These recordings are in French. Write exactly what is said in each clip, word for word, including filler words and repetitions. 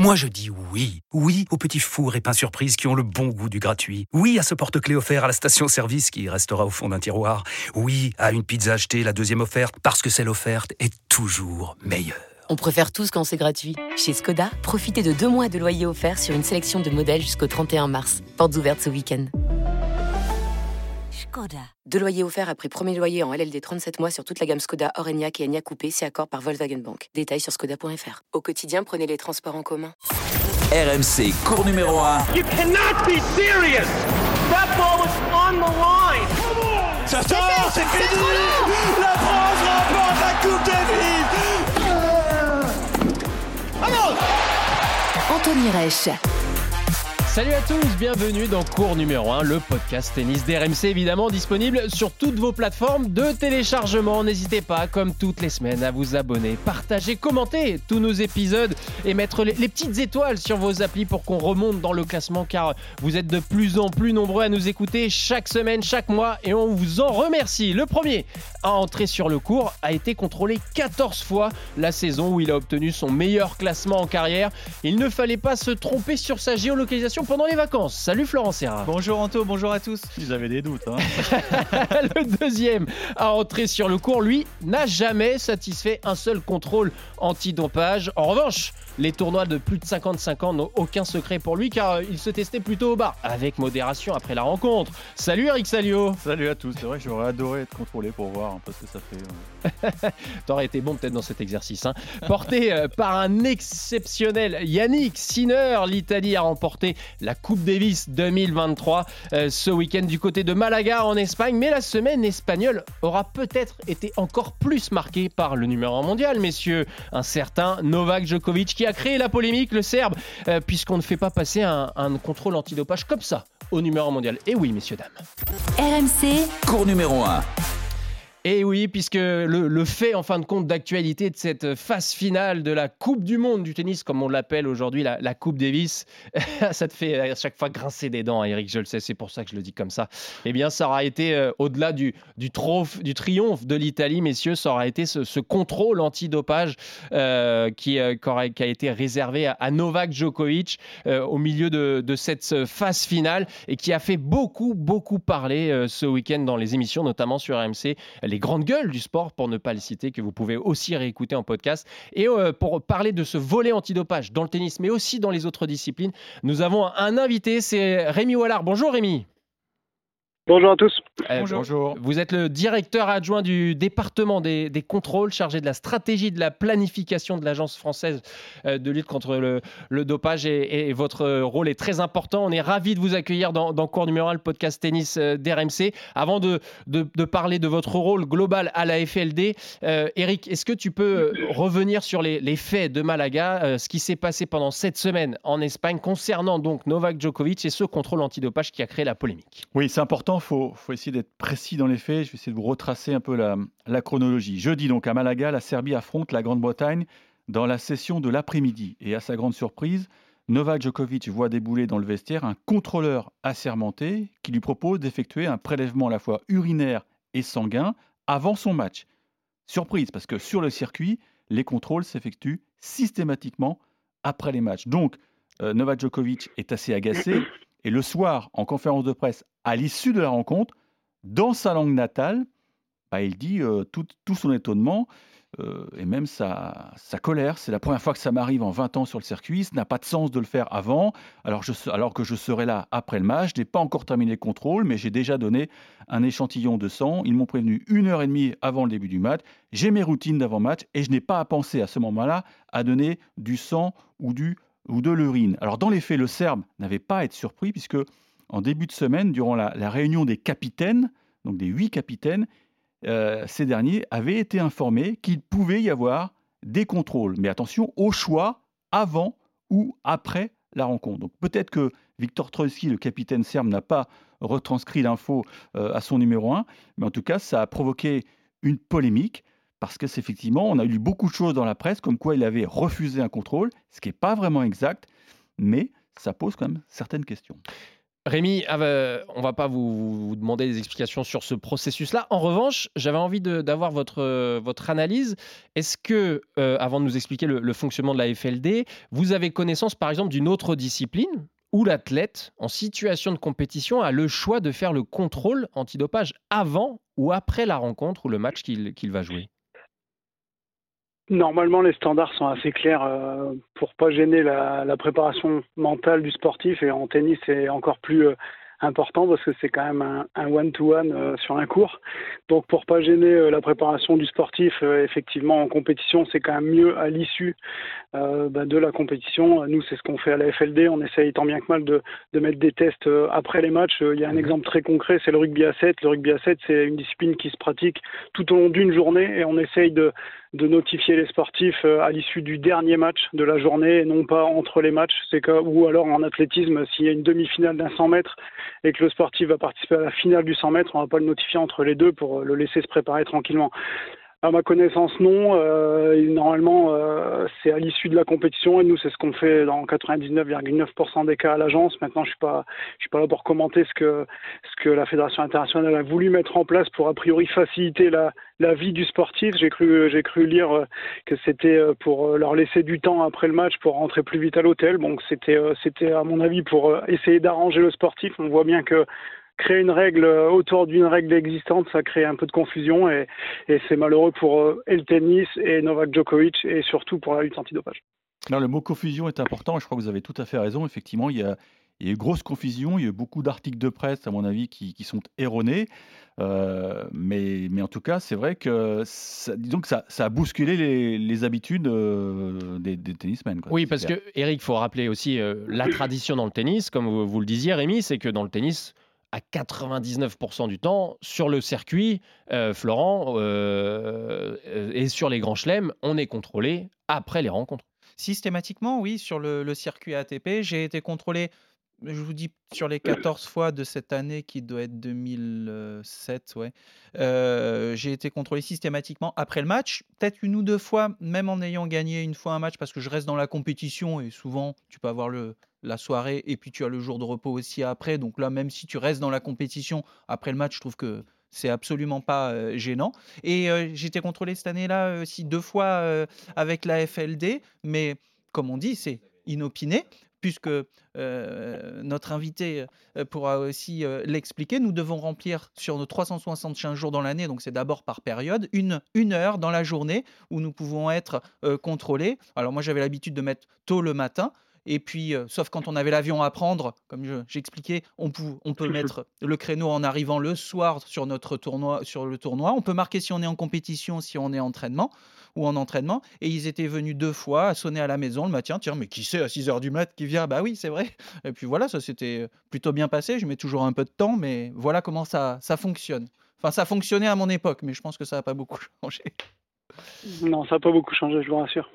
Moi je dis oui. Oui aux petits fours et pains surprises qui ont le bon goût du gratuit. Oui à ce porte-clés offert à la station-service qui restera au fond d'un tiroir. Oui à une pizza achetée, la deuxième offerte, parce que celle offerte est toujours meilleure. On préfère tous quand c'est gratuit. Chez Skoda, profitez de deux mois de loyer offert sur une sélection de modèles jusqu'au trente et un mars. Portes ouvertes ce week-end. Skoda. Deux loyers offerts après premier loyer en L L D trente-sept mois sur toute la gamme Skoda, Orenia et Enyaq Coupé, c'est accord par Volkswagen Bank. Détails sur skoda point f r. Au quotidien, prenez les transports en commun. R M C, cours numéro un. You cannot be serious! That ball was on the line! Come on! Ça sort, c'est fini! La France remporte la Coupe Davis! Vamos! Anthony Reich. Salut à tous, bienvenue dans Cours numéro un, le podcast tennis d'R M C, évidemment disponible sur toutes vos plateformes de téléchargement. N'hésitez pas, comme toutes les semaines, à vous abonner, partager, commenter tous nos épisodes et mettre les, les petites étoiles sur vos applis pour qu'on remonte dans le classement, car vous êtes de plus en plus nombreux à nous écouter chaque semaine, chaque mois, et on vous en remercie. Le premier à entrer sur le cours a été contrôlé quatorze fois la saison où il a obtenu son meilleur classement en carrière. Il ne fallait pas se tromper sur sa géolocalisation pendant les vacances. Salut Florent Serra. Bonjour Anto, bonjour à tous. J'avais des doutes. Hein. Le deuxième à entrer sur le cours, lui, n'a jamais satisfait un seul contrôle antidopage. En revanche, les tournois de plus de cinquante-cinq ans n'ont aucun secret pour lui, car il se testait plutôt au bas, avec modération après la rencontre. Salut Eric Salio. Salut à tous. C'est vrai que j'aurais adoré être contrôlé pour voir un peu ce que ça fait. Ouais. T'aurais été bon peut-être dans cet exercice. Hein. Porté euh, par un exceptionnel Yannick Sinner, l'Italie a remporté la Coupe Davis deux mille vingt-trois euh, ce week-end du côté de Malaga en Espagne. Mais la semaine espagnole aura peut-être été encore plus marquée par le numéro un mondial, messieurs. Un certain Novak Djokovic qui a créé la polémique, le Serbe, euh, puisqu'on ne fait pas passer un, un contrôle antidopage comme ça au numéro un mondial. Et oui, messieurs, dames. R M C. Cours numéro un. Et oui, puisque le, le fait, en fin de compte, d'actualité de cette phase finale de la Coupe du Monde du tennis, comme on l'appelle aujourd'hui, la, la Coupe Davis, ça te fait à chaque fois grincer des dents, Eric, je le sais, c'est pour ça que je le dis comme ça. Eh bien, ça aura été, euh, au-delà du, du, troph- du triomphe de l'Italie, messieurs, ça aura été ce, ce contrôle antidopage euh, qui, euh, qui a été réservé à, à Novak Djokovic euh, au milieu de, de cette phase finale et qui a fait beaucoup, beaucoup parler euh, ce week-end dans les émissions, notamment sur R M C, les grandes gueules du sport, pour ne pas le citer, que vous pouvez aussi réécouter en podcast. Et euh, pour parler de ce volet antidopage dans le tennis, mais aussi dans les autres disciplines, nous avons un invité, c'est Rémi Wallard. Bonjour Rémi. Bonjour à tous. Euh, Bonjour. Bonjour. Vous êtes le directeur adjoint du département des, des contrôles, chargé de la stratégie de la planification de l'Agence française euh, de lutte contre le, le dopage et, et votre rôle est très important. On est ravis de vous accueillir dans, dans Cours numéro un, le podcast tennis euh, d'R M C. Avant de, de, de parler de votre rôle global à la F L D, euh, Eric, est-ce que tu peux revenir sur les, les faits de Malaga, euh, ce qui s'est passé pendant cette semaine en Espagne concernant donc Novak Djokovic et ce contrôle antidopage qui a créé la polémique? Oui, c'est important. Il faut, faut essayer d'être précis dans les faits. Je vais essayer de vous retracer un peu la, la chronologie. Jeudi, donc, à Malaga, la Serbie affronte la Grande-Bretagne dans la session de l'après-midi. Et à sa grande surprise, Novak Djokovic voit débouler dans le vestiaire un contrôleur assermenté qui lui propose d'effectuer un prélèvement à la fois urinaire et sanguin avant son match. Surprise, parce que sur le circuit, les contrôles s'effectuent systématiquement après les matchs. Donc, euh, Novak Djokovic est assez agacé. Et le soir, en conférence de presse, à l'issue de la rencontre, dans sa langue natale, bah, il dit euh, tout, tout son étonnement euh, et même sa, sa colère. C'est la première fois que ça m'arrive en vingt ans sur le circuit. Ça n'a pas de sens de le faire avant, alors, je, alors que je serai là après le match. Je n'ai pas encore terminé le contrôle, mais j'ai déjà donné un échantillon de sang. Ils m'ont prévenu une heure et demie avant le début du match. J'ai mes routines d'avant-match et je n'ai pas à penser à ce moment-là à donner du sang ou du ou de l'urine. Alors dans les faits, le Serbe n'avait pas à être surpris puisque en début de semaine, durant la, la réunion des capitaines, donc des huit capitaines, euh, ces derniers avaient été informés qu'il pouvait y avoir des contrôles. Mais attention, au choix, avant ou après la rencontre. Donc peut-être que Viktor Troicki, le capitaine serbe, n'a pas retranscrit l'info euh, à son numéro un, mais en tout cas, ça a provoqué une polémique. Parce que c'est effectivement, on a lu beaucoup de choses dans la presse, comme quoi il avait refusé un contrôle, ce qui n'est pas vraiment exact, mais ça pose quand même certaines questions. Rémi, euh, on ne va pas vous, vous demander des explications sur ce processus-là. En revanche, j'avais envie de, d'avoir votre, euh, votre analyse. Est-ce que, euh, avant de nous expliquer le, le fonctionnement de la F L D, vous avez connaissance, par exemple, d'une autre discipline où l'athlète, en situation de compétition, a le choix de faire le contrôle antidopage avant ou après la rencontre ou le match qu'il, qu'il va jouer? Normalement, les standards sont assez clairs euh, pour pas gêner la, la préparation mentale du sportif. Et en tennis, c'est encore plus euh, important parce que c'est quand même un, un one-to-one euh, sur un court. Donc, pour pas gêner euh, la préparation du sportif, euh, effectivement, en compétition, c'est quand même mieux à l'issue euh, bah, de la compétition. Nous, c'est ce qu'on fait à la F L D. On essaye tant bien que mal de, de mettre des tests euh, après les matchs. Il y a un exemple très concret, c'est le rugby à sept. Le rugby à sept, c'est une discipline qui se pratique tout au long d'une journée et on essaye de de notifier les sportifs à l'issue du dernier match de la journée et non pas entre les matchs. C'est que, ou alors en athlétisme, s'il y a une demi-finale d'un cent mètres et que le sportif va participer à la finale du cent mètres, on ne va pas le notifier entre les deux pour le laisser se préparer tranquillement. À ma connaissance, non. Euh, normalement, euh, c'est à l'issue de la compétition et nous, c'est ce qu'on fait dans quatre-vingt-dix-neuf virgule neuf pour cent des cas à l'agence. Maintenant, je suis pas, je suis pas là pour commenter ce que ce que la fédération internationale a voulu mettre en place pour a priori faciliter la la vie du sportif. J'ai cru, j'ai cru lire que c'était pour leur laisser du temps après le match pour rentrer plus vite à l'hôtel. Donc c'était, c'était à mon avis pour essayer d'arranger le sportif. On voit bien que créer une règle autour d'une règle existante, ça crée un peu de confusion et, et c'est malheureux pour euh, et le tennis et Novak Djokovic et surtout pour la lutte antidopage. Non, le mot confusion est important et je crois que vous avez tout à fait raison. Effectivement, il y a, il y a eu grosse confusion, il y a eu beaucoup d'articles de presse, à mon avis, qui, qui sont erronés. Euh, mais, mais en tout cas, c'est vrai que ça, disons que ça, ça a bousculé les, les habitudes euh, des, des tennismen. Quoi. Oui, C'est parce clair. que, Eric, il faut rappeler aussi euh, la tradition dans le tennis, comme vous, vous le disiez, Rémi, c'est que dans le tennis, à quatre-vingt-dix-neuf pour cent du temps, sur le circuit, euh, Florent, euh, euh, et sur les grands chelems, on est contrôlé après les rencontres. Systématiquement, oui, sur le, le circuit A T P, j'ai été contrôlé, je vous dis, sur les quatorze fois de cette année qui doit être deux mille sept, ouais. Euh, j'ai été contrôlé systématiquement après le match, peut-être une ou deux fois, même en ayant gagné une fois un match, parce que je reste dans la compétition et souvent tu peux avoir le, la soirée et puis tu as le jour de repos aussi après. Donc là, même si tu restes dans la compétition après le match, je trouve que c'est absolument pas euh, gênant. Et euh, j'ai été contrôlé cette année-là aussi deux fois euh, avec la F L D, mais comme on dit, c'est inopiné, puisque euh, notre invité euh, pourra aussi euh, l'expliquer. Nous devons remplir sur nos trois cent soixante-quinze jours dans l'année, donc c'est d'abord par période, une, une heure dans la journée où nous pouvons être euh, contrôlés. Alors moi, j'avais l'habitude de mettre tôt le matin. Et puis, euh, sauf quand on avait l'avion à prendre, comme je, j'expliquais, on, pou, on peut mettre le créneau en arrivant le soir sur notre tournoi, sur le tournoi. On peut marquer si on est en compétition, si on est en entraînement ou en entraînement. Et ils étaient venus deux fois à sonner à la maison le matin. Tiens, mais qui c'est à six heures du mat qui vient? Bah oui, c'est vrai. Et puis voilà, ça s'était plutôt bien passé. Je mets toujours un peu de temps, mais voilà comment ça, ça fonctionne. Enfin, ça fonctionnait à mon époque, mais je pense que ça n'a pas beaucoup changé. Non, ça n'a pas beaucoup changé, je vous rassure.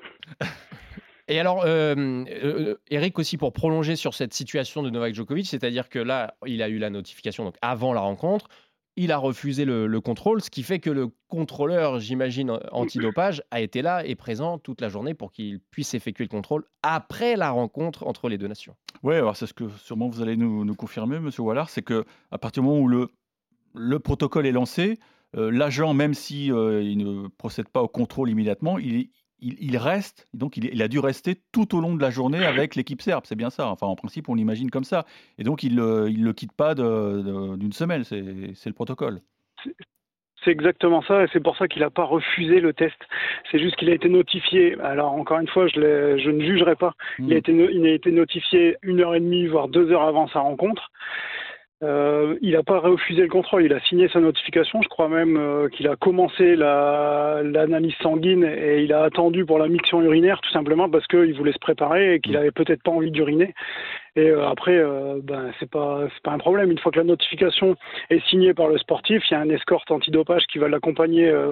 Et alors, euh, euh, Eric, aussi pour prolonger sur cette situation de Novak Djokovic, c'est-à-dire que là, il a eu la notification donc avant la rencontre, il a refusé le, le contrôle, ce qui fait que le contrôleur, j'imagine, antidopage, a été là et présent toute la journée pour qu'il puisse effectuer le contrôle après la rencontre entre les deux nations. Oui, alors c'est ce que sûrement vous allez nous, nous confirmer, Monsieur Wallard, c'est qu'à partir du moment où le, le protocole est lancé, euh, l'agent, même si euh, il ne procède pas au contrôle immédiatement, il Il, il reste, donc il, il a dû rester tout au long de la journée avec l'équipe serbe, c'est bien ça. Enfin, en principe, on l'imagine comme ça. Et donc, il ne le quitte pas de, de, d'une semelle, c'est, c'est le protocole. C'est, c'est exactement ça, et c'est pour ça qu'il n'a pas refusé le test. C'est juste qu'il a été notifié. Alors, encore une fois, je, l'ai, je ne jugerai pas. Mmh. Il, a été, il a été notifié une heure et demie, voire deux heures avant sa rencontre. Euh, il n'a pas refusé le contrôle, il a signé sa notification, je crois même euh, qu'il a commencé la, l'analyse sanguine et il a attendu pour la miction urinaire tout simplement parce qu'il voulait se préparer et qu'il avait peut-être pas envie d'uriner. Et euh, après, euh, ben, c'est pas, c'est pas un problème. Une fois que la notification est signée par le sportif, il y a un escorte antidopage qui va l'accompagner euh,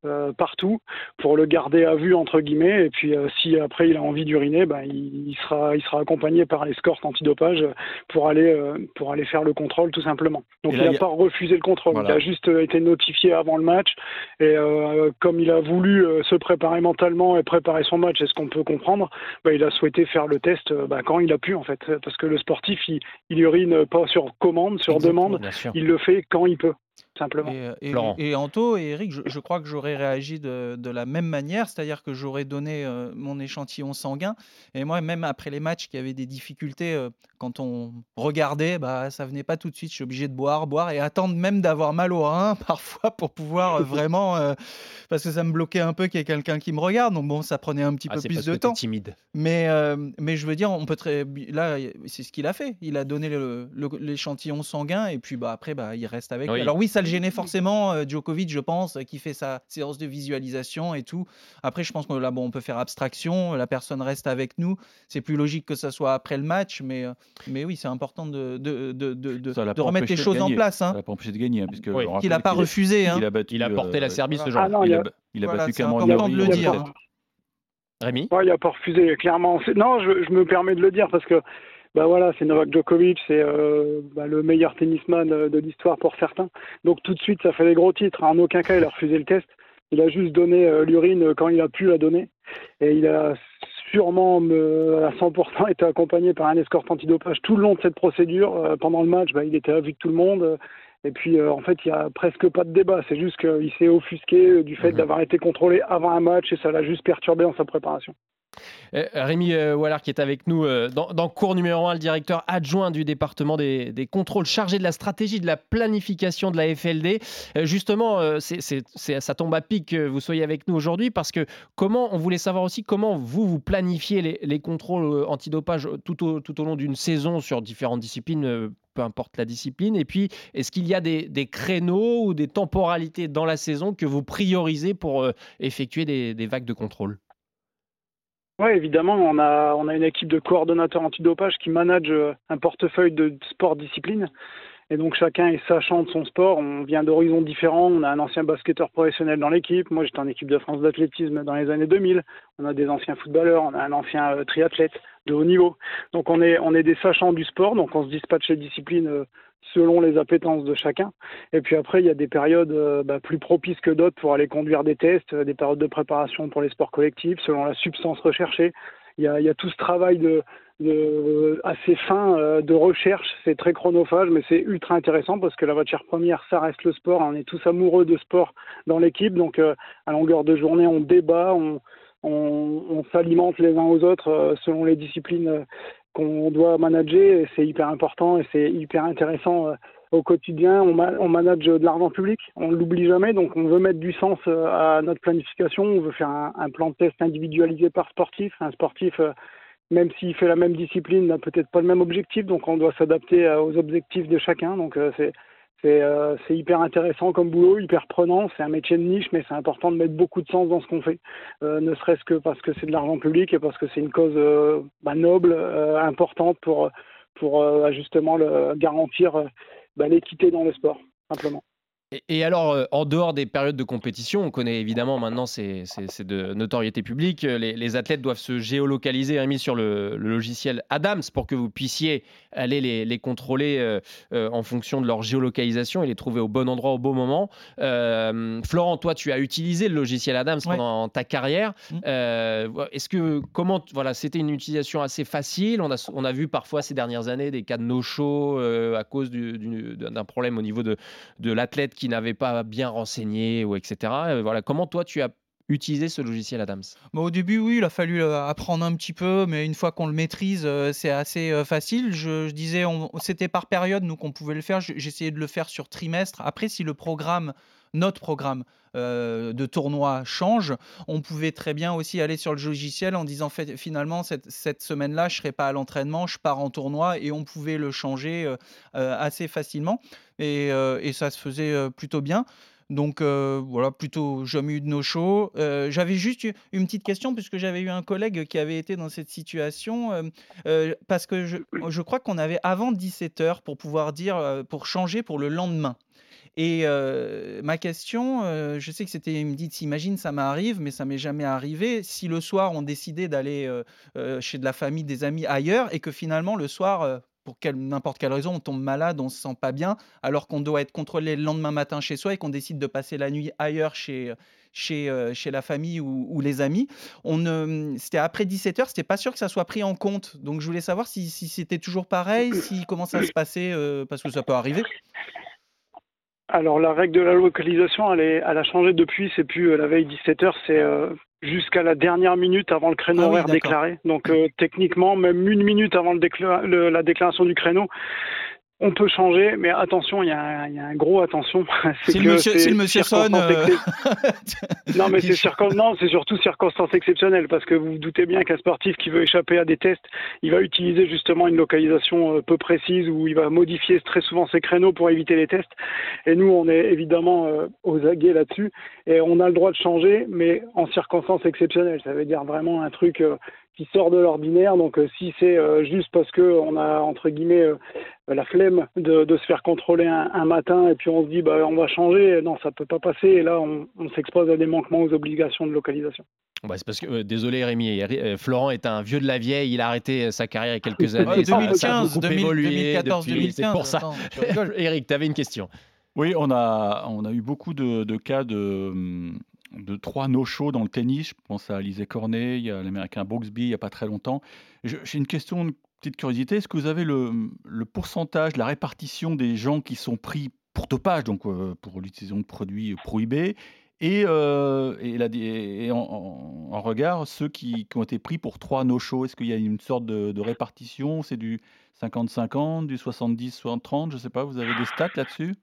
euh, partout pour le garder à vue entre guillemets. Et puis euh, si après il a envie d'uriner, ben, il, il sera il sera accompagné par l'escorte antidopage pour aller euh, pour aller faire le contrôle tout simplement. Donc Et il là, n'a il y a- pas refusé le contrôle, Voilà. il a juste euh, été notifié avant le match et euh, comme il a voulu euh, se préparer mentalement et préparer son match, c'est ce qu'on peut comprendre, ben, il a souhaité faire le test euh, ben, quand il a pu en fait, parce que le sportif il, il urine pas sur commande, sur Exactement, demande, bien sûr. il le fait quand il peut, simplement. Et, euh, et, Florent. et Anto et Eric, je, je crois que j'aurais réagi de, de la même manière, c'est-à-dire que j'aurais donné euh, mon échantillon sanguin. Et moi, même après les matchs qui avaient des difficultés, euh, quand on regardait, bah, ça venait pas tout de suite. Je suis obligé de boire, boire et attendre même d'avoir mal au rein parfois pour pouvoir euh, vraiment, euh, parce que ça me bloquait un peu qu'il y ait quelqu'un qui me regarde. Donc bon, ça prenait un petit Ah, peu c'est plus parce de que t'es temps. timide. Mais, euh, mais je veux dire, on peut très bi- là, y- c'est ce qu'il a fait. Il a donné le- le- l'échantillon sanguin et puis bah, après, bah, il reste avec lui. Oui. Alors oui, ça le gênait forcément, euh, Djokovic, je pense, euh, qui fait sa séance de visualisation et tout. Après, je pense que là, bon, on peut faire abstraction. La personne reste avec nous. C'est plus logique que ça soit après le match, mais, euh, mais oui, c'est important de, de, de, de, de- Ça l'a de pas remettre les empêché de choses en gagner. place. Ça Hein. l'a pas empêché de gagner, hein, puisque Oui. on Qu'il n'a rappelle pas qu'il a- refusé. Hein. il a battu. Il a porté la euh, Serbie ce voilà. jour. Ah non, il il a, a, ba- il a Voilà, battu c'est Cameron important de Norrie le en dire. sept. Hein. Rémi. ouais, il a pas refusé, clairement. C'est- Non, je, je me permets de le dire parce que bah voilà, c'est Novak Djokovic, c'est euh, bah, le meilleur tennisman euh, de l'histoire pour certains. Donc tout de suite, ça fait des gros titres. En aucun cas, il a refusé le test. Il a juste donné euh, l'urine quand il a pu la donner. Et il a sûrement euh, à cent pour cent été accompagné par un escorte antidopage tout le long de cette procédure. Euh, pendant le match, bah, il était à vue de tout le monde. Et puis, euh, en fait, il n'y a presque pas de débat. C'est juste qu'il s'est offusqué euh, du fait Mhm. d'avoir été contrôlé avant un match et ça l'a juste perturbé dans sa préparation. Euh, Rémi euh, Wallard qui est avec nous euh, dans, dans cours numéro un, le directeur adjoint du département des, des contrôles chargé de la stratégie de la planification de la F L D. Euh, justement, euh, c'est, c'est, c'est- ça tombe à pic que vous soyez avec nous aujourd'hui parce que comment, on voulait savoir aussi comment vous, vous planifiez les, les contrôles euh, antidopage tout au, tout au long d'une saison sur différentes disciplines, euh, peu importe la discipline. Et puis, est-ce qu'il y a des, des créneaux ou des temporalités dans la saison que vous priorisez pour euh, effectuer des, des vagues de contrôle? Oui, évidemment, on a, on a une équipe de coordonnateurs antidopage qui manage euh, un portefeuille de sport-discipline. Et donc chacun est sachant de son sport. On vient d'horizons différents. On a un ancien basketteur professionnel dans l'équipe. Moi, j'étais en équipe de France d'athlétisme dans les années deux mille. On a des anciens footballeurs. On a un ancien euh, triathlète de haut niveau. Donc on est, on est des sachants du sport. Donc on se dispatche les disciplines euh, selon les appétences de chacun. Et puis après, il y a des périodes euh, bah, plus propices que d'autres pour aller conduire des tests, euh, des périodes de préparation pour les sports collectifs, selon la substance recherchée. Il y a, il y a tout ce travail de, de, assez fin euh, de recherche. C'est très chronophage, mais c'est ultra intéressant parce que la matière première, ça reste le sport. On est tous amoureux de sport dans l'équipe. Donc, euh, à longueur de journée, on débat, on, on, on s'alimente les uns aux autres euh, selon les disciplines euh, qu'on doit manager. Et c'est hyper important et c'est hyper intéressant. Euh, au quotidien, on, ma- on manage de l'argent public, on ne l'oublie jamais, donc on veut mettre du sens euh, à notre planification, on veut faire un, un plan de test individualisé par sportif. Un sportif, euh, même s'il fait la même discipline, n'a peut-être pas le même objectif, donc on doit s'adapter euh, aux objectifs de chacun. Donc euh, c'est c'est euh, c'est hyper intéressant comme boulot, hyper prenant. C'est un métier de niche, mais c'est important de mettre beaucoup de sens dans ce qu'on fait, euh, ne serait-ce que parce que c'est de l'argent public et parce que c'est une cause euh, bah, noble, euh, importante pour pour euh, justement le, garantir euh, bah, l'équité dans le sport, simplement. Et, et alors, euh, en dehors des périodes de compétition, on connaît évidemment maintenant, c'est, c'est, c'est de notoriété publique, euh, les, les athlètes doivent se géolocaliser, Rémi, sur le, le logiciel Adams pour que vous puissiez aller les, les contrôler euh, euh, en fonction de leur géolocalisation et les trouver au bon endroit au bon moment. Euh, Florent, toi, tu as utilisé le logiciel Adams Ouais. pendant ta carrière. Mmh. Euh, est-ce que, comment, voilà, c'était une utilisation assez facile. On a, on a vu parfois ces dernières années des cas de no-show euh, à cause du, du, d'un problème au niveau de, de l'athlète qui n'avait pas bien renseigné, ou et cetera. Euh, voilà. Comment toi, tu as utilisé ce logiciel Adams? Bah, au début, oui, il a fallu euh, apprendre un petit peu, mais une fois qu'on le maîtrise, euh, c'est assez euh, facile. Je, je disais, on- c'était par période, nous, qu'on pouvait le faire. Je- J'essayais de le faire sur trimestre. Après, si le programme, notre programme euh, de tournoi change, on pouvait très bien aussi aller sur le logiciel en disant, fait, finalement, cette, cette semaine-là, je ne serai pas à l'entraînement, je pars en tournoi, et on pouvait le changer euh, euh, assez facilement. Et, euh, et ça se faisait euh, plutôt bien. Donc euh, voilà, plutôt jamais eu de no-show. Euh, j'avais juste eu une petite question, puisque j'avais eu un collègue qui avait été dans cette situation, euh, euh, parce que je, je crois qu'on avait avant dix-sept heures pour pouvoir dire, euh, pour changer pour le lendemain. Et euh, ma question, euh, je sais que c'était, il me dit, imagine, ça m'arrive, mais ça m'est jamais arrivé. Si le soir, on décidait d'aller euh, euh, chez de la famille, des amis ailleurs, et que finalement, le soir, euh, pour quelle- n'importe quelle raison, on tombe malade, on se sent pas bien, alors qu'on doit être contrôlé le lendemain matin chez soi et qu'on décide de passer la nuit ailleurs chez, chez, euh, chez la famille ou, ou les amis. On, ne- c'était après dix-sept heures, c'était pas sûr que ça soit pris en compte. Donc, je voulais savoir si, si c'était toujours pareil, si, comment ça se passait, euh, parce que ça peut arriver. Alors la règle de la localisation, elle, est, elle a changé depuis, c'est plus euh, la veille dix-sept heures, c'est euh, jusqu'à la dernière minute avant le créneau Ah oui, horaire d'accord. déclaré. Donc euh, techniquement, même une minute avant le décla- le- la déclaration du créneau, on peut changer, mais attention, il y, a un- il y a un gros attention. Si le que monsieur, si le monsieur sonne, circonstance euh, excep- Non, mais c'est circon- non, c'est surtout circonstance exceptionnelle, parce que vous vous doutez bien qu'un sportif qui veut échapper à des tests, il va utiliser justement une localisation euh, peu précise, où il va modifier très souvent ses créneaux pour éviter les tests. Et nous, on est évidemment euh, aux aguets là-dessus, et on a le droit de changer, mais en circonstances exceptionnelles. Ça veut dire vraiment un truc euh, qui sort de l'ordinaire. Donc euh, si c'est euh, juste parce que on a entre guillemets euh, la flemme de, de se faire contrôler un, un matin et puis on se dit bah on va changer, non, ça peut pas passer, et là on, on s'expose à des manquements aux obligations de localisation. Bah, c'est parce que, euh, désolé Rémi, euh, Florent est un vieux de la vieille, il a arrêté euh, sa carrière il y a quelques Ouais, années. ça, ça a deux mille quinze, beaucoup deux mille, évolué deux mille quatorze, depuis, c'est deux mille quinze. pour ça. Attends, tu rigoles. Eric, tu avais une question. Oui, on a, on a eu beaucoup de, de cas de, hum, de trois no-show dans le tennis. Je pense à Alizé Cornet, il y a l'américain Brooksby il n'y a pas très longtemps. Je- J'ai une question, une petite curiosité. Est-ce que vous avez le, le pourcentage, la répartition des gens qui sont pris pour dopage, donc euh, pour l'utilisation de produits prohibés, et, euh, et, la- et en, en- en regard ceux qui, qui ont été pris pour trois no-show? Est-ce qu'il y a une sorte de, de répartition? C'est du cinquante cinquante, du soixante-dix soixante-trente? Je ne sais pas, vous avez des stats là-dessus?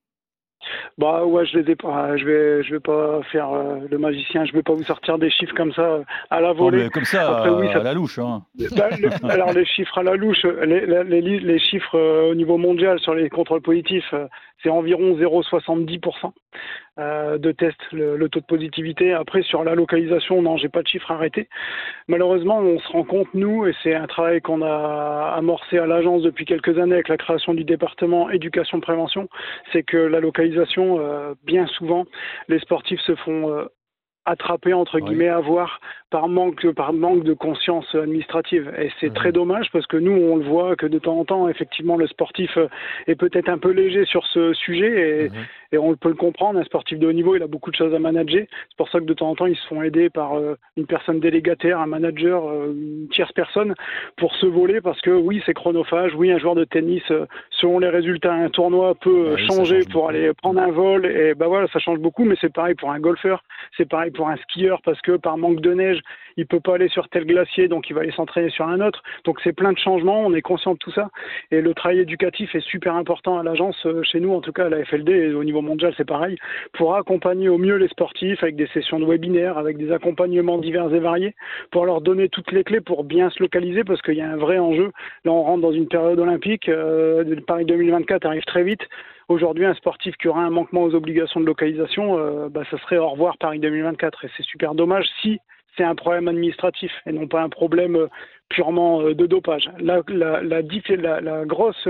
Bah ouais, je les ai pas, je vais, je vais pas faire euh, le magicien, je vais pas vous sortir des chiffres comme ça euh, à la Non, volée. mais comme ça, Après oui, à ça la louche. Hein. Bah, le- alors les chiffres à la louche, les, les, les- les chiffres euh, au niveau mondial sur les contrôles positifs, euh, c'est environ zéro virgule soixante-dix pour cent euh, de tests, le, le taux de positivité. Après sur la localisation, non, j'ai pas de chiffres arrêtés. Malheureusement, on se rend compte, nous, et c'est un travail qu'on a amorcé à l'agence depuis quelques années avec la création du département éducation-prévention, c'est que la localisation, euh, bien souvent, les sportifs se font euh, attraper, entre Oui. guillemets, avoir par manque, par manque de conscience administrative. Et c'est Mhm. très dommage parce que nous, on le voit que de temps en temps, effectivement, le sportif euh, est peut-être un peu léger sur ce sujet et, Mhm. et on peut le comprendre. Un sportif de haut niveau, il a beaucoup de choses à manager. C'est pour ça que de temps en temps, ils se font aider par euh, une personne délégataire, un manager, euh, une tierce personne pour se voler parce que oui, c'est chronophage. Oui, un joueur de tennis, euh, selon les résultats, un tournoi peut Ah euh, oui, ça changer change pour beaucoup. aller prendre un vol. Et ben voilà, ça change beaucoup, mais c'est pareil pour un golfeur. C'est pareil pour un skieur parce que par manque de neige, il peut pas aller sur tel glacier, donc il va aller s'entraîner sur un autre. Donc c'est plein de changements, on est conscient de tout ça. Et le travail éducatif est super important à l'agence, euh, chez nous en tout cas à la F L D, et au niveau mondial c'est pareil, pour accompagner au mieux les sportifs avec des sessions de webinaires, avec des accompagnements divers et variés, pour leur donner toutes les clés pour bien se localiser, parce qu'il y a un vrai enjeu. Là on rentre dans une période olympique, euh, Paris deux mille vingt-quatre arrive très vite. Aujourd'hui, un sportif qui aura un manquement aux obligations de localisation, euh, bah, ça serait au revoir Paris deux mille vingt-quatre. Et c'est super dommage si c'est un problème administratif et non pas un problème euh, purement euh, de dopage. La, la, la, diff- la, la grosse,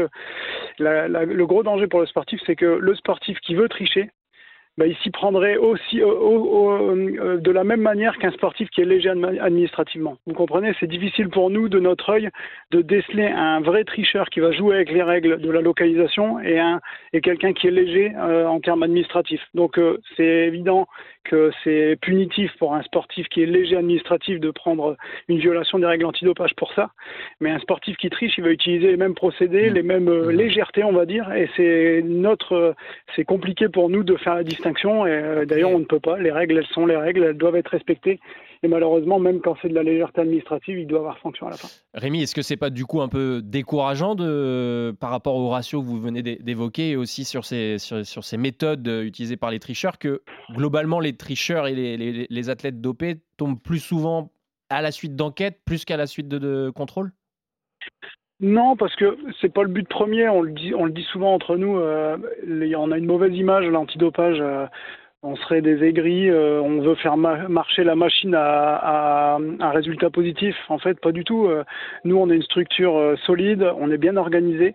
la, la, le gros danger pour le sportif, c'est que le sportif qui veut tricher, bah, il s'y prendrait aussi au, au, au, euh, de la même manière qu'un sportif qui est léger admi- administrativement. Vous comprenez, c'est difficile pour nous, de notre œil, de déceler un vrai tricheur qui va jouer avec les règles de la localisation et, un, et quelqu'un qui est léger euh, en termes administratifs. Donc euh, c'est évident que c'est punitif pour un sportif qui est léger administratif de prendre une violation des règles antidopage pour ça. Mais un sportif qui triche, il va utiliser les mêmes procédés, Mmh. les mêmes euh, Mmh. légèretés, on va dire, et c'est notre, euh, c'est compliqué pour nous de faire la distinction. Et euh, d'ailleurs, on ne peut pas. Les règles, elles sont les règles, elles doivent être respectées. Et malheureusement, même quand c'est de la légèreté administrative, il doit y avoir sanction à la fin. Rémi, est-ce que c'est pas du coup un peu décourageant de, par rapport au ratio que vous venez d'é- d'évoquer et aussi sur ces, sur, sur ces méthodes euh, utilisées par les tricheurs, que globalement les tricheurs et les, les, les athlètes dopés tombent plus souvent à la suite d'enquêtes plus qu'à la suite de, de contrôles? Non, parce que c'est pas le but premier. On le dit, on le dit souvent entre nous. Euh, les- on a une mauvaise image, l'antidopage. Euh, on serait des aigris. Euh, on veut faire ma- marcher la machine à, à, à un résultat positif. En fait, pas du tout. Euh, nous, on est une structure euh, solide. On est bien organisé.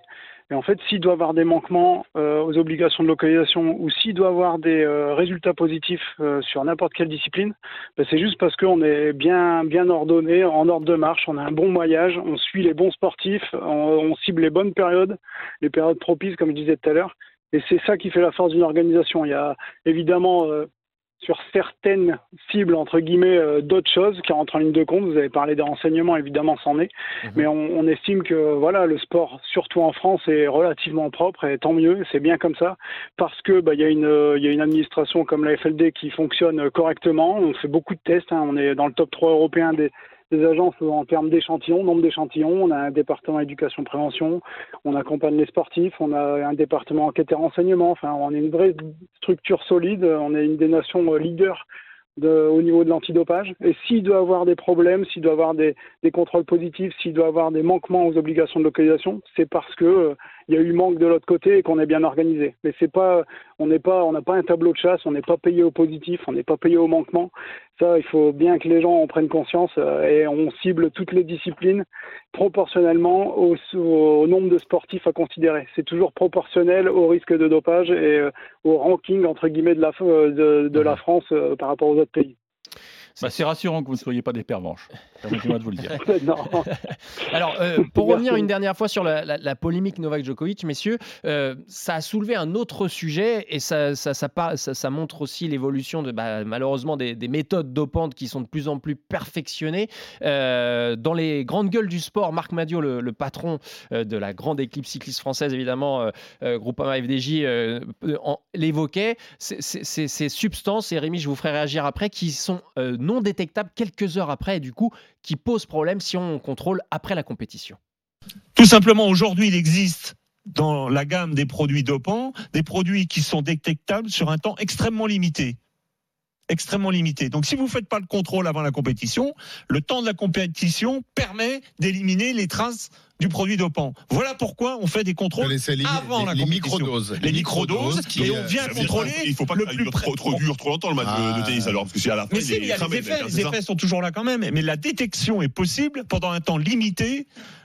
Et en fait, s'il doit avoir des manquements euh, aux obligations de localisation ou s'il doit avoir des euh, résultats positifs euh, sur n'importe quelle discipline, ben c'est juste parce qu'on est bien, bien ordonné, en ordre de marche, on a un bon maillage, on suit les bons sportifs, on, on cible les bonnes périodes, les périodes propices, comme je disais tout à l'heure. Et c'est ça qui fait la force d'une organisation. Il y a évidemment euh, sur certaines cibles, entre guillemets, euh, d'autres choses qui rentrent en ligne de compte. Vous avez parlé des renseignements, évidemment, c'en est. Mmh. Mais on, on estime que voilà, le sport, surtout en France, est relativement propre et tant mieux, c'est bien comme ça. Parce que bah, y a une, euh, y a une administration comme la F L D qui fonctionne correctement. On fait beaucoup de tests. Hein. On est dans le top trois européen des des agences en termes d'échantillons, nombre d'échantillons. On a un département éducation-prévention, on accompagne les sportifs, on a un département enquête et renseignement. Enfin, on est une vraie structure solide, on est une des nations leaders de, au niveau de l'antidopage. Et s'il doit avoir des problèmes, s'il doit avoir des, des contrôles positifs, s'il doit avoir des manquements aux obligations de localisation, c'est parce que euh, il y a eu manque de l'autre côté et qu'on est bien organisé. Mais c'est pas, on n'est pas, on n'a pas un tableau de chasse, on n'est pas payé au positif, on n'est pas payé au manquement. Ça, il faut bien que les gens en prennent conscience euh, et on cible toutes les disciplines proportionnellement au, au nombre de sportifs à considérer. C'est toujours proportionnel au risque de dopage et euh, au ranking entre guillemets de la, de, de la France euh, par rapport aux autres pays. Bah, c'est rassurant que vous ne soyez pas des pervenches. Permettez-moi de vous le dire. Non. Alors, euh, pour revenir une dernière fois sur la, la, la polémique Novak Djokovic, messieurs, euh, ça a soulevé un autre sujet et ça, ça, ça, ça, ça, ça montre aussi l'évolution de, bah, malheureusement des, des méthodes dopantes qui sont de plus en plus perfectionnées. Euh, dans les grandes gueules du sport, Marc Madiot, le, le patron euh, de la grande équipe cycliste française, évidemment, euh, euh, Groupama F D J, euh, en, l'évoquait. Ces substances, et Rémi, je vous ferai réagir après, qui sont euh, non détectables quelques heures après et du coup qui pose problème si on contrôle après la compétition. Tout simplement, aujourd'hui, il existe dans la gamme des produits dopants des produits qui sont détectables sur un temps extrêmement limité. Extrêmement limité. Donc, si vous ne faites pas le contrôle avant la compétition, le temps de la compétition permet d'éliminer les traces du produit dopant. Voilà pourquoi on fait des contrôles les, avant les, la les compétition. Microdoses. Les, les microdoses. Qui, et on vient contrôler. Il ne faut pas que ça dure trop, trop dur, trop longtemps le match ah. de, de tennis alors. Parce que si à la fin, mais si, il y a les effets. Les effets sont toujours là quand même. Mais la détection est possible pendant un temps limité.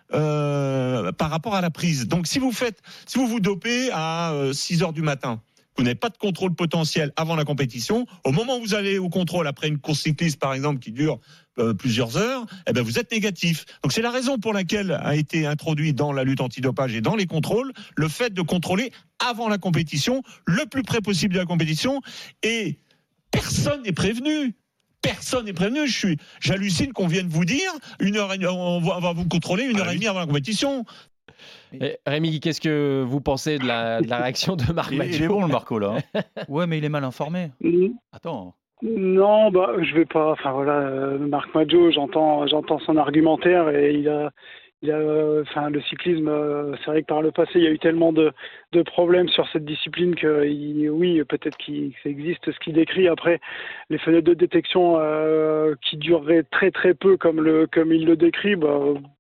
Euh, par rapport à la prise. Donc, si vous faites, si vous vous dopez à euh, six heures du matin, vous n'avez pas de contrôle potentiel avant la compétition. Au moment où vous allez au contrôle après une course cycliste, par exemple, qui dure euh, plusieurs heures, eh ben vous êtes négatif. Donc c'est la raison pour laquelle a été introduit dans la lutte antidopage et dans les contrôles le fait de contrôler avant la compétition, le plus près possible de la compétition. Et personne n'est prévenu. Personne n'est prévenu. Je suis, j'hallucine qu'on vienne vous dire une heure, et, on va, on va vous contrôler une heure et demie avant la compétition. Et Rémi, qu'est-ce que vous pensez de la, de la réaction de Marc Madiot ? Il est bon le Marco là. Hein. Ouais, mais il est mal informé. Mmh. Attends. Non, bah je vais pas. Enfin voilà, euh, Marc Madiot, j'entends, j'entends son argumentaire et il a, il a, euh, enfin le cyclisme, euh, c'est vrai que par le passé il y a eu tellement de, de problèmes sur cette discipline que, il, oui, peut-être qu'il ça existe ce qu'il décrit. Après, les fenêtres de détection euh, qui dureraient très très peu comme le, comme il le décrit, bah.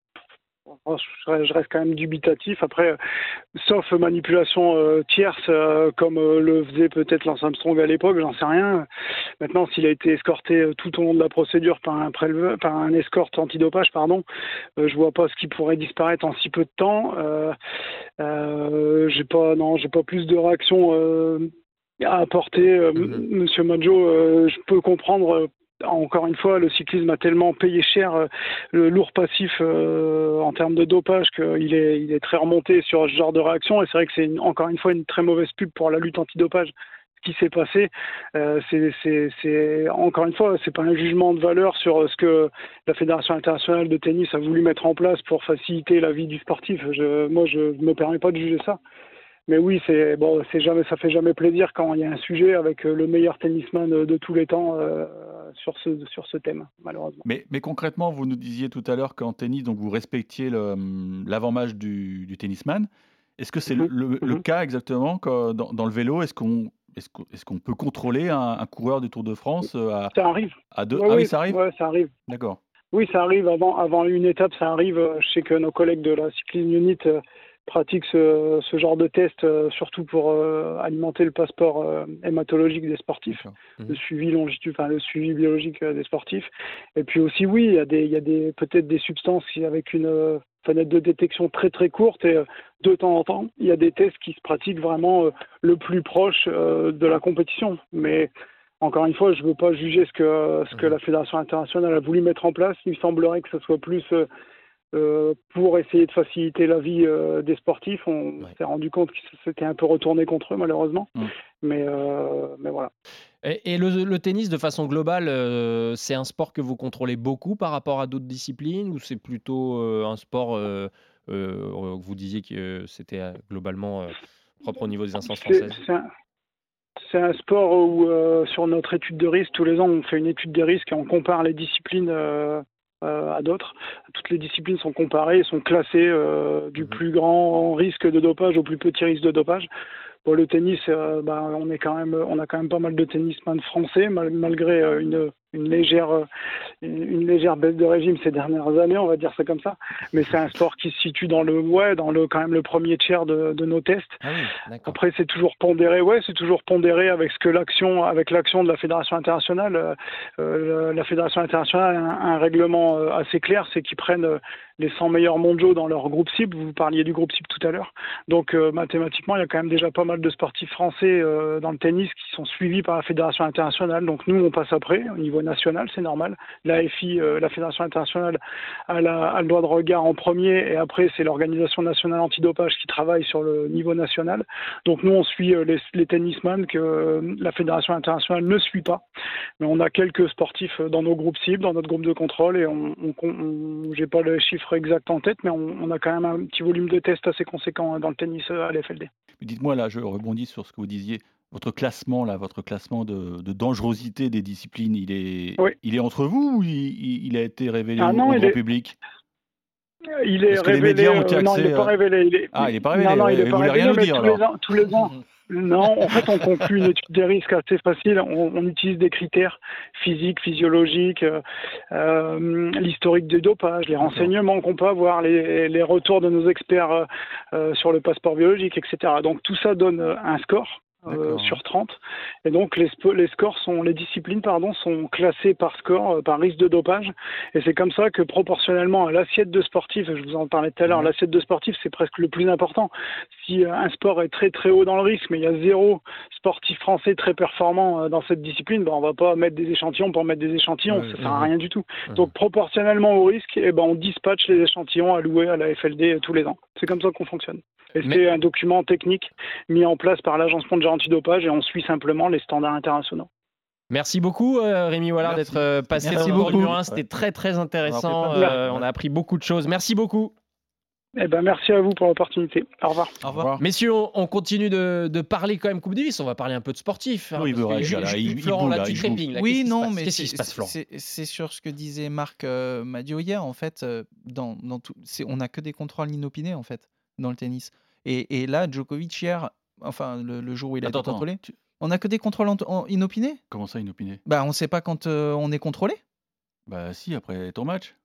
Je reste quand même dubitatif. Après, sauf manipulation euh, tierce, euh, comme euh, le faisait peut-être Lance Armstrong à l'époque, j'en sais rien. Maintenant, s'il a été escorté euh, tout au long de la procédure par un préleveur, par un escorte antidopage, pardon, euh, je vois pas ce qui pourrait disparaître en si peu de temps. Euh, euh, j'ai pas, non, j'ai pas plus de réaction euh, à apporter. Euh, mm-hmm. Monsieur Madiot, euh, je peux comprendre. Euh, Encore une fois, le cyclisme a tellement payé cher euh, le lourd passif euh, en termes de dopage qu'il est, il est très remonté sur ce genre de réaction. Et c'est vrai que c'est une, encore une fois une très mauvaise pub pour la lutte antidopage. Ce qui s'est passé, euh, c'est, c'est, c'est encore une fois, c'est pas un jugement de valeur sur ce que la Fédération internationale de tennis a voulu mettre en place pour faciliter la vie du sportif. Je, moi, je ne me permets pas de juger ça. Mais oui, c'est bon, c'est jamais, ça fait jamais plaisir quand il y a un sujet avec le meilleur tennisman de tous les temps euh, sur ce sur ce thème, malheureusement. Mais, mais concrètement, vous nous disiez tout à l'heure qu'en tennis, donc vous respectiez le, l'avant-match du, du tennisman. Est-ce que c'est mm-hmm. le, le, le mm-hmm. cas exactement que dans, dans le vélo? Est-ce qu'on est-ce qu'on, est-ce qu'on peut contrôler un, un coureur du Tour de France à ça arrive à deux ouais, ah oui, oui, ça arrive. Ouais, ça arrive. D'accord. Oui, ça arrive avant avant une étape, ça arrive. Je sais que nos collègues de la Cycling Unit euh, pratique ce, ce genre de test, euh, surtout pour euh, alimenter le passeport euh, hématologique des sportifs, mmh. le suivi longitude, enfin le suivi biologique euh, des sportifs. Et puis aussi, oui, il y a des, il y a des peut-être des substances qui, avec une, euh, fenêtres de détection très très courtes et euh, de temps en temps, il y a des tests qui se pratiquent vraiment euh, le plus proche euh, de la compétition. Mais encore une fois, je ne veux pas juger ce que, ce que la Fédération internationale a voulu mettre en place. Il me semblerait que ce soit plus euh, euh, pour essayer de faciliter la vie euh, des sportifs. On ouais. s'est rendu compte que c'était un peu retourné contre eux, malheureusement. Mmh. Mais, euh, mais voilà. Et, et le, le tennis, de façon globale, euh, c'est un sport que vous contrôlez beaucoup par rapport à d'autres disciplines, ou c'est plutôt euh, un sport, euh, euh, vous disiez que c'était euh, globalement euh, propre au niveau des instances françaises? C'est, c'est, un, c'est un sport où, euh, sur notre étude de risque, tous les ans, on fait une étude des risques et on compare les disciplines euh, euh, à d'autres. Toutes les disciplines sont comparées, sont classées euh, du mmh. plus grand risque de dopage au plus petit risque de dopage. Bon, le tennis, euh, bah, on est quand même, on a quand même pas mal de tennisman français, mal, malgré euh, une, une légère, euh, une légère baisse de régime ces dernières années, on va dire ça comme ça. Mais c'est un sport qui se situe dans le, ouais, dans le quand même le premier tiers de, de nos tests. Ah oui, après, c'est toujours pondéré, ouais, c'est toujours pondéré avec ce que l'action, avec l'action de la fédération internationale. Euh, la fédération internationale a un, un règlement assez clair, c'est qu'ils prennent les cent meilleurs mondiaux dans leur groupe cible. Vous parliez du groupe cible tout à l'heure. Donc, euh, mathématiquement, il y a quand même déjà pas mal de sportifs français euh, dans le tennis qui sont suivis par la Fédération internationale. Donc, nous, on passe après, au niveau national, c'est normal. La F I, euh, la Fédération internationale, a, la, a le droit de regard en premier. Et après, c'est l'Organisation nationale antidopage qui travaille sur le niveau national. Donc, nous, on suit euh, les, les tennisman que euh, la Fédération internationale ne suit pas. Mais on a quelques sportifs dans nos groupes cibles, dans notre groupe de contrôle. Et on, on, on, on j'ai pas le chiffre exact en tête, mais on, on a quand même un petit volume de tests assez conséquent dans le tennis à l'F L D. Dites-moi, là, je rebondis sur ce que vous disiez. Votre classement, là, votre classement de, de dangerosité des disciplines, il est, oui. il est entre vous ou il, il a été révélé ah, au, non, au grand est... public? Il est Est-ce révélé. Que les médias ont été euh, non, il n'est pas à... révélé. Il est... Ah, il n'est pas révélé. Non, non, il vous n'est pas voulez révélé, rien nous dire tous alors les ans, tous les ans. Non, en fait, on conclut une étude des risques assez facile. On, on utilise des critères physiques, physiologiques, euh, euh, l'historique des dopages, les renseignements qu'on peut avoir, les, les retours de nos experts euh, sur le passeport biologique, et cetera. Donc tout ça donne un score. Euh, sur trente. Et donc les, sp- les scores sont, les disciplines pardon, sont classées par score, euh, par risque de dopage. Et c'est comme ça que proportionnellement à l'assiette de sportif, je vous en parlais tout à l'heure, l'assiette de sportif c'est presque le plus important. Si euh, un sport est très très haut dans le risque, mais il y a zéro sportif français très performant euh, dans cette discipline, ben, on va pas mettre des échantillons pour mettre des échantillons, ouais, ça sert à rien du tout. Ouais. Donc proportionnellement au risque, eh ben, on dispatche les échantillons alloués à la F L D tous les ans. C'est comme ça qu'on fonctionne. Et mais... c'est un document technique mis en place par l'Agence mondiale antidopage et on suit simplement les standards internationaux. Merci beaucoup euh, Rémi Wallard d'être euh, passé Merci dans le numéro un. C'était très très intéressant. On, euh, on a appris beaucoup de choses. Merci beaucoup. Eh ben, merci à vous pour l'opportunité. Au revoir. Au revoir. Messieurs, on, on continue de, de parler quand même Coupe Davis. On va parler un peu de sportif. Hein, oui, il veut réagir. Là, il, Florent, il là, tu trépignes. Oui, qu'est-ce non, mais qu'est-ce qui c'est, se passe, Florent c'est, c'est sur ce que disait Marc euh, Madio hier. En fait, euh, dans, dans tout, c'est, on n'a que des contrôles inopinés en fait dans le tennis. Et, et là, Djokovic hier, enfin le, le jour où il a attends, été contrôlé, tu... on n'a que des contrôles en, en, inopinés. Comment ça inopinés? Bah, on ne sait pas quand euh, on est contrôlé. Bah si, après ton match.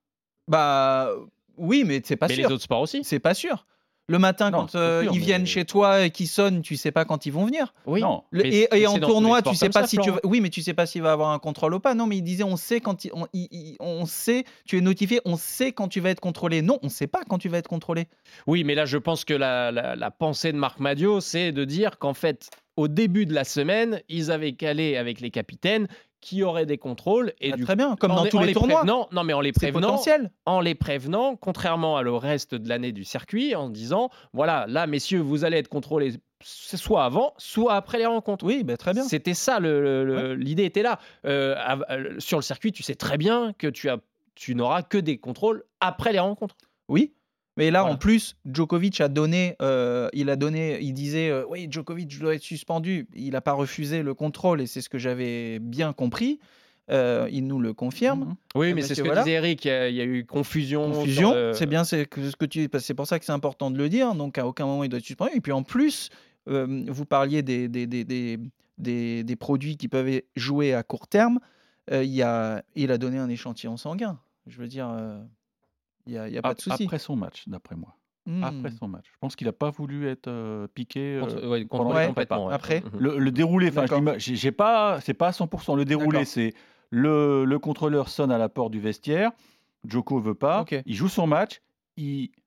Bah oui, mais c'est pas mais sûr. Les autres sports aussi. C'est pas sûr. Le matin, non, quand euh, sûr, ils mais... viennent chez toi et qu'ils sonnent, tu sais pas quand ils vont venir. Oui. Non. Le, et, et en tournoi, tu sais pas ça, si Florent. tu. Oui, mais tu sais pas s'il va avoir un contrôle ou pas. Non, mais il disait, on sait quand il, on, il, on sait, tu es notifié, on sait quand tu vas être contrôlé. Non, on sait pas quand tu vas être contrôlé. Oui, mais là, je pense que la, la, la pensée de Marc Madio, c'est de dire qu'en fait, au début de la semaine, ils avaient calé avec les capitaines qui auraient des contrôles et ah, du très bien, comme dans tous les, les tournois. Prévenant, non, mais en les prévenant, potentiel. en les prévenant, contrairement à le reste de l'année du circuit, en disant voilà, là, messieurs, vous allez être contrôlés soit avant, soit après les rencontres. Oui, bah, très bien. C'était ça, le, le, ouais. l'idée était là. Euh, euh, sur le circuit, tu sais très bien que tu as, tu n'auras que des contrôles après les rencontres. Oui. Mais là, voilà. En plus, Djokovic a donné, euh, il a donné, il disait, euh, oui, Djokovic doit être suspendu. Il n'a pas refusé le contrôle et c'est ce que j'avais bien compris. Euh, il nous le confirme. Mmh. Oui, mais c'est ce que voilà. disait Eric. Il y, a, il y a eu confusion. Confusion. Le... C'est bien, c'est ce que tu, c'est pour ça que c'est important de le dire. Donc à aucun moment il doit être suspendu. Et puis en plus, euh, vous parliez des des, des, des, des, des produits qui peuvent jouer à court terme. Euh, il, y a, il a donné un échantillon sanguin. Je veux dire. Euh... Il n'y a, a pas de souci. Après son match, d'après moi. Mmh. Après son match. Je pense qu'il n'a pas voulu être euh, piqué euh, contre, ouais, pendant ouais, les complètement. Ouais. Après le, le déroulé, j'ai, j'ai pas, c'est pas à cent pour cent. Le déroulé, D'accord. c'est le, le contrôleur sonne à la porte du vestiaire. Djoko veut pas. Okay. Il joue son match. Il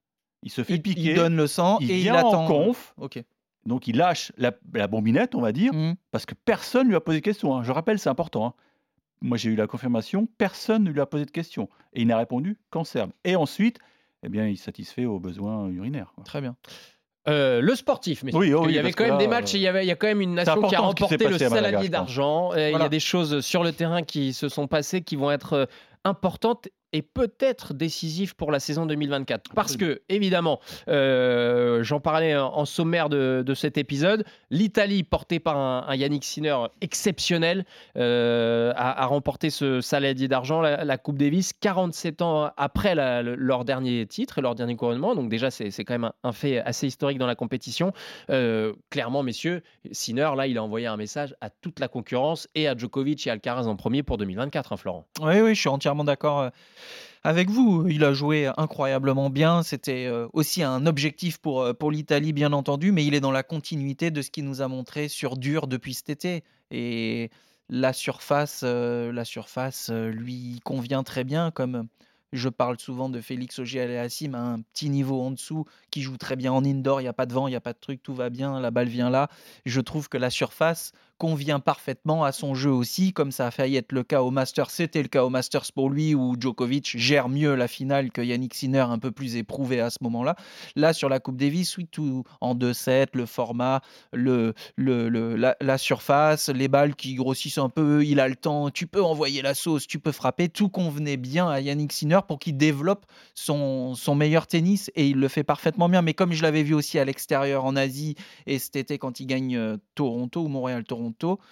Il se fait il, piquer. il donne le sang il et il vient attend. en conf. Ok. Donc il lâche la, la bombinette, on va dire, Mhm. parce que personne lui a posé de questions. hein. Je rappelle, c'est important. hein. Moi, j'ai eu la confirmation, personne ne lui a posé de questions. Et il n'a répondu qu'en serbe. Et ensuite, eh bien, il satisfait aux besoins urinaires. quoi. Très bien. Euh, le sportif, mais Oui, oh il oui, y avait parce quand que même là, des matchs, euh, il y avait, il y a quand même une nation qui a important ce qui s'est remporté le passé à Malaga, saladier je pense. d'argent. Euh, Il y Voilà. a des choses sur le terrain qui se sont passées, qui vont être euh, importantes et peut-être décisives pour la saison deux mille vingt-quatre. Parce que, évidemment, euh, j'en parlais en, en sommaire de, de cet épisode, l'Italie, portée par un, un Yannick Sinner exceptionnel, euh, a, a remporté ce saladier d'argent, la, la Coupe Davis, quarante-sept ans après la- le- leur dernier titre et leur dernier couronnement. Donc déjà, c'est c'est quand même un, un fait assez historique dans la compétition. Euh, clairement, messieurs, Sinner, là, il a envoyé un message à toute la concurrence et à Djokovic et Alcaraz en premier pour deux mille vingt-quatre, hein, Florent. Oui, oui, je suis entièrement d'accord euh, avec vous. Il a joué incroyablement bien. C'était euh, aussi un objectif pour, euh, pour l'Italie, bien entendu, mais il est dans la continuité de ce qu'il nous a montré sur dur depuis cet été. Et la surface, euh, la surface euh, lui convient très bien, comme je parle souvent de Félix Auger-Aliassime à un petit niveau en dessous, qui joue très bien en indoor, il n'y a pas de vent, il n'y a pas de truc, tout va bien, la balle vient là. Je trouve que la surface convient parfaitement à son jeu aussi, comme ça a failli être le cas au Masters. C'était le cas au Masters pour lui, où Djokovic gère mieux la finale que Yannick Sinner, un peu plus éprouvé à ce moment-là. Là, sur la Coupe Davis, oui, tout en deux sept, le format, le, le, le- la, la surface, les balles qui grossissent un peu, il a le temps, tu peux envoyer la sauce, tu peux frapper, tout convenait bien à Yannick Sinner pour qu'il développe son, son meilleur tennis, et il le fait parfaitement bien. Mais comme je l'avais vu aussi à l'extérieur en Asie, et cet été quand il gagne euh, Toronto ou Montréal-Toronto,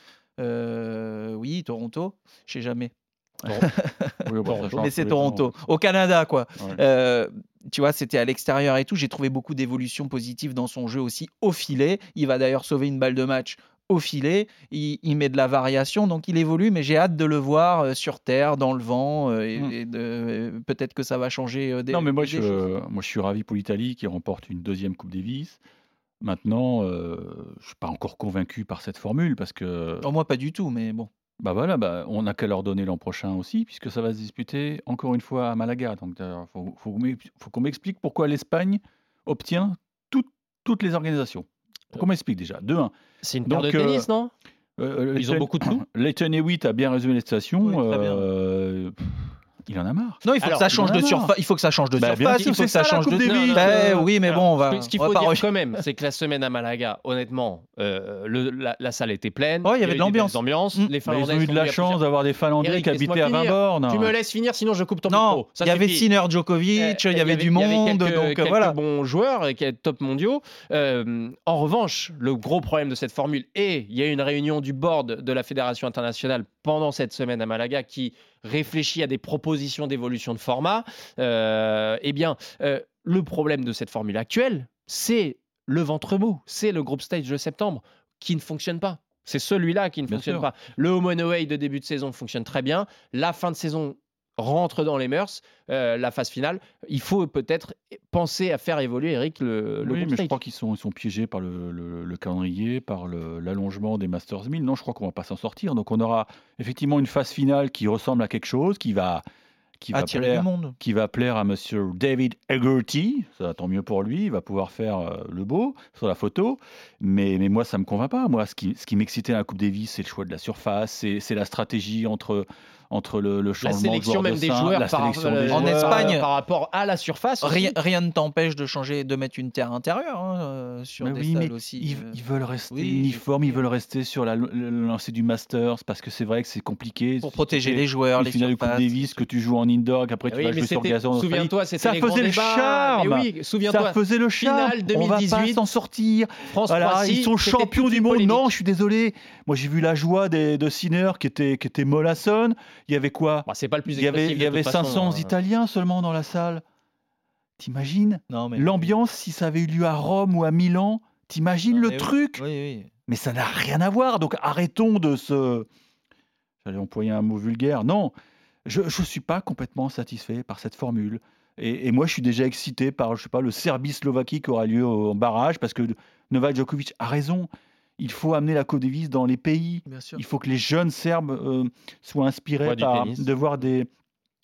euh, oui, Toronto, je sais jamais. Oui, bon, ça change Mais c'est tous les temps. Toronto, au Canada, quoi. Ouais. Euh, tu vois, c'était à l'extérieur et tout. J'ai trouvé beaucoup d'évolutions positives dans son jeu aussi au filet. Il va d'ailleurs sauver une balle de match au filet. Il, il met de la variation, donc il évolue. Mais j'ai hâte de le voir euh, sur terre, dans le vent. euh, et, Mm. et de- euh, peut-être que ça va changer euh, des, Non, mais moi des je, choses. moi, je suis ravi pour l'Italie qui remporte une deuxième Coupe Davis. Maintenant, euh, je ne suis pas encore convaincu par cette formule parce que, Oh, moi, pas du tout, mais bon. bah voilà, bah, on n'a qu'à leur donner l'an prochain aussi, puisque ça va se disputer encore une fois à Malaga. Donc, il faut, faut, faut qu'on m'explique pourquoi l'Espagne obtient tout- toutes les organisations. Faut qu'on m'explique déjà. De un. C'est une paire Donc, de tennis, euh, non euh, Ils ont Leighton- beaucoup de sous. Leighton Hewitt a bien résumé la situation. Oui, très bien. euh, pff, il en a marre. Non, il faut Alors, que ça il change en a de marre. surface. Il faut que ça change de Bah, bien surface. sûr, Il faut c'est que ça ça, la change Coupe de. Davis. Ben oui, mais Alors, bon, on va. Ce qu'il on va faut pas dire rejeter- quand même, c'est que la semaine à Malaga, honnêtement, euh, le- la, la salle était pleine. Oh, il y avait eu de l'ambiance. des belles ambiances. Mm. Les Bah, Finlandais ils ont eu sont de la venus à chance plusieurs- d'avoir des Finlandais Eric, qui habitaient laisse-moi à vingt finir. bornes. Tu me laisses finir, sinon je coupe ton Non, micro. Ça il y avait suffit. Sinner Djokovic, Euh, il y avait du il y avait monde, quelques- donc euh, quelques voilà. bons joueurs et quelques top mondiaux. Euh, en revanche, le gros problème de cette formule, et il y a eu une réunion du board de la Fédération internationale pendant cette semaine à Malaga qui réfléchit à des propositions d'évolution de format. Euh, eh bien, euh, le problème de cette formule actuelle, c'est le ventre mou, c'est le groupe stage de septembre qui ne fonctionne pas. C'est celui-là qui ne Bien fonctionne sûr. pas. Le home and away de début de saison fonctionne très bien. La fin de saison rentre dans les mœurs. Euh, la phase finale, il faut peut-être penser à faire évoluer, Eric, le, le Oui, groupe mais je stage. crois qu'ils sont, ils sont piégés par le, le- le calendrier, par le- l'allongement des Masters mille. Non, je crois qu'on va pas s'en sortir. Donc on aura effectivement une phase finale qui ressemble à quelque chose, qui va, qui va Attirer du plaire, monde. qui va plaire à Monsieur David Hegarty. Ça tant mieux pour lui. Il va pouvoir faire euh, le beau sur la photo. Mais, mais moi, ça me convainc pas. Moi, ce qui, ce qui m'excitait à la Coupe Davis, c'est le choix de la surface, c'est, c'est la stratégie entre entre le, le La changement de sélection joueur même de des sein, joueurs, la par, sélection euh, des En joueurs. Espagne, par rapport à la surface. aussi. Rien, rien ne t'empêche de changer, de mettre une terre intérieure hein, euh, sur Mais des oui, salles mais aussi. ils, euh. ils veulent rester oui, uniformes, j'ai ils veulent rester sur la, le, le lancer du Masters parce que c'est vrai que c'est compliqué. Pour Si protéger tu fais les joueurs, une les finale de Coupe surfaces. Davis que tu joues en indoor, qu'après tu Oui, vas mais jouer sur c'était- gazon. en Australie. souviens-toi, c'était ça les grands faisait le débats. charme. Mais oui, souviens-toi. Ça faisait le charme. Finale On va pas deux mille dix-huit. s'en sortir. Voilà, France-Croatie, ils sont c'était champions toute du une monde. polémique. Non, je suis désolé. Moi, j'ai vu la joie des, de Sinner qui était qui était mollassonne. Il y avait quoi Bah, c'est pas le plus Il y avait expressif il de y avait toute cinq façon, cents hein. Italiens seulement dans la salle. T'imagines Non, mais... l'ambiance si ça avait eu lieu à Rome ou à Milan? T'imagines Non, le mais oui. truc? Oui, oui. Mais ça n'a rien à voir. Donc arrêtons de se. J'allais employer un mot vulgaire. Non, je ne suis pas complètement satisfait par cette formule. Et, et moi, je suis déjà excité par, je sais pas, le Serbie-Slovaquie qui aura lieu au- en barrage parce que Novak Djokovic a raison. Il faut amener la Coupe Davis dans les pays. Bien sûr. Il faut que les jeunes Serbes euh, soient inspirés Voient du par, tennis. de voir des.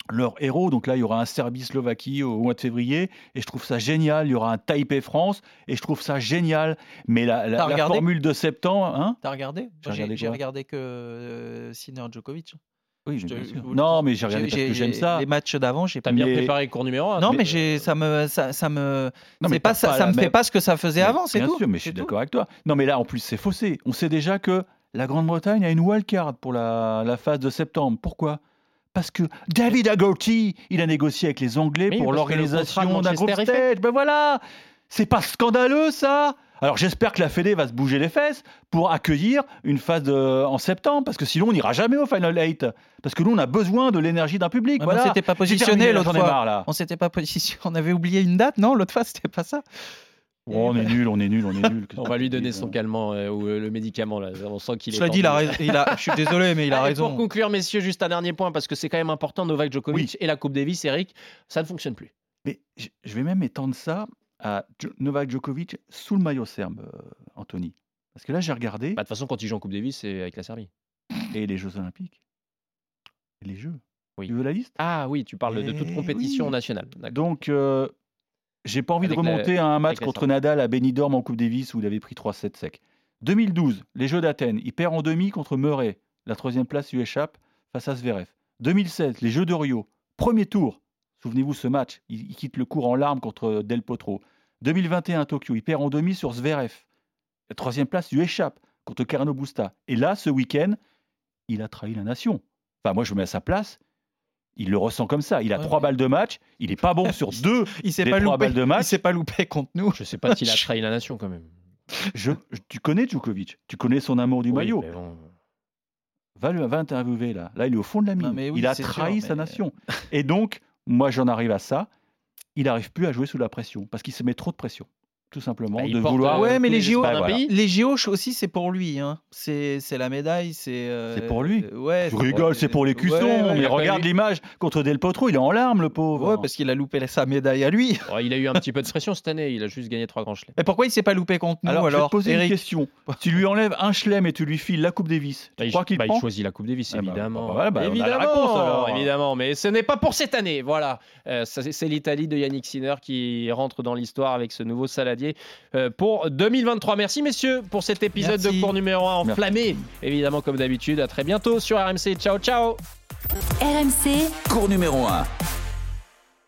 leurs héros. Donc là, il y aura un Serbie-Slovaquie au mois de février, et je trouve ça génial. Il y aura un Taipei-France, et je trouve ça génial. Mais la, la, la formule de septembre... Hein T'as regardé J'ai Moi, J'ai regardé j'ai quoi regardé que euh, Sinner Djokovic. Oui, Je bien te- sûr. vous- Non, mais j'ai regardé j'ai- parce que j'ai- j'aime ça. Les matchs d'avant, j'ai T'as bien Mais- préparé le cours numéro un. Non, mais j'ai, ça me, ça, ça me, Non, c'est mais pas, t'as ça, pas ça la me fait même- pas ce que ça faisait Mais avant, c'est bien tout. sûr, mais je suis C'est tout. d'accord avec toi. Non, mais là, en plus, c'est faussé. On sait déjà que la Grande-Bretagne a une wildcard pour la, la phase de septembre. Pourquoi ? Parce que David Agouti, il a négocié avec les Anglais Oui, pour parce que le l'organisation contrat de d'un groupe Manchester est fait. stage. Ben voilà, c'est pas scandaleux ça. Alors j'espère que la Fédé va se bouger les fesses pour accueillir une phase de- en septembre, parce que sinon on n'ira jamais au Final eight. Parce que nous on a besoin de l'énergie d'un public. Ouais, mais voilà. on s'était pas J'ai positionné terminé, l'autre j'en ai fois. marre, là. On s'était pas positionné. On avait oublié une date, non L'autre fois, c'était pas ça. Oh, on est nul, on est nul, on est nul. On va lui donner son calmant euh, ou euh, le médicament. Là. On sent qu'il est. Je l'ai dit, il a tendu. raison. Il a, je suis désolé, mais il a Allez, raison. Pour conclure, messieurs, juste un dernier point parce que c'est quand même important. Novak Djokovic Oui. et la Coupe Davis, Eric, ça ne fonctionne plus. Mais je je vais même étendre ça à Djo- Novak Djokovic sous le maillot serbe, euh, Anthony. Parce que là, j'ai regardé, Bah, De toute façon, quand il joue en Coupe Davis, c'est avec la Serbie. et les Jeux Olympiques, et les Jeux. Oui. Tu veux la liste? Ah oui, tu parles de toute Eh compétition oui. nationale. D'accord. Donc, euh, j'ai pas envie Avec de la- remonter à un match avec la contre Serbie. Nadal à Benidorm en Coupe Davis où il avait pris trois sept secs. deux mille douze, les Jeux d'Athènes, il perd en demi contre Murray. La troisième place lui échappe face à Zverev. deux mille seize, les Jeux de Rio, premier tour. Souvenez-vous ce match, il, il quitte le court en larmes contre Del Potro. deux mille vingt et un, Tokyo, il perd en demi sur Zverev. La troisième place lui échappe contre Carreno Busta. Et là, ce week-end, il a trahi la nation. Enfin, moi, je me mets à sa place. Il le ressent comme ça. Il a Ouais, trois mais- balles de match. Il n'est pas bon sur deux Il s'est des pas trois loupé. balles de Il match. s'est pas loupé contre nous. Je sais pas s'il a trahi la nation quand même. Je, je- tu connais Djokovic. Tu connais son amour du Oui, maillot. mais bon. Va le va interviewer là. Là, il est au fond de la mine. Non, mais oui, il a c'est trahi sûr, sa mais- nation. Et donc, moi, j'en arrive à ça. Il n'arrive plus à jouer sous la pression parce qu'il se met trop de pression. Tout simplement. Bah, il de porte, vouloir. euh, Ouais, mais tous les les J O, espoirs d'un voilà. pays. les J O aussi, c'est pour lui. Hein. C'est, c'est la médaille, c'est. euh, C'est pour lui. euh, Ouais. Tu c'est- rigoles, c'est pour les cuissons. Ouais, ouais, mais il a pas regarde eu- l'image contre Del Potro. Il est en larmes, le pauvre. Ouais, parce qu'il a loupé sa médaille à lui. Ouais, il a eu un petit peu de pression cette année. Il a juste gagné trois grands chelems. Mais pourquoi il s'est pas loupé contre nous alors, alors, je vais te poser Eric une question. Tu lui enlèves un chelem et tu lui files la Coupe Davis. Bah, Tu il, crois qu'il bah, il prend choisit la Coupe Davis, Ah bah, évidemment. bah, voilà, bah, on a la évidemment, réponse, alors. évidemment, mais ce n'est pas pour cette année. Voilà, Euh, ça, c'est c'est l'Italie de Yannick Sinner qui rentre dans l'histoire avec ce nouveau saladier euh, pour deux mille vingt-trois. Merci messieurs pour cet épisode Merci. de cours numéro un Merci. enflammé. Évidemment, comme d'habitude, à très bientôt sur R M C. Ciao, ciao. R M C, Cours numéro un.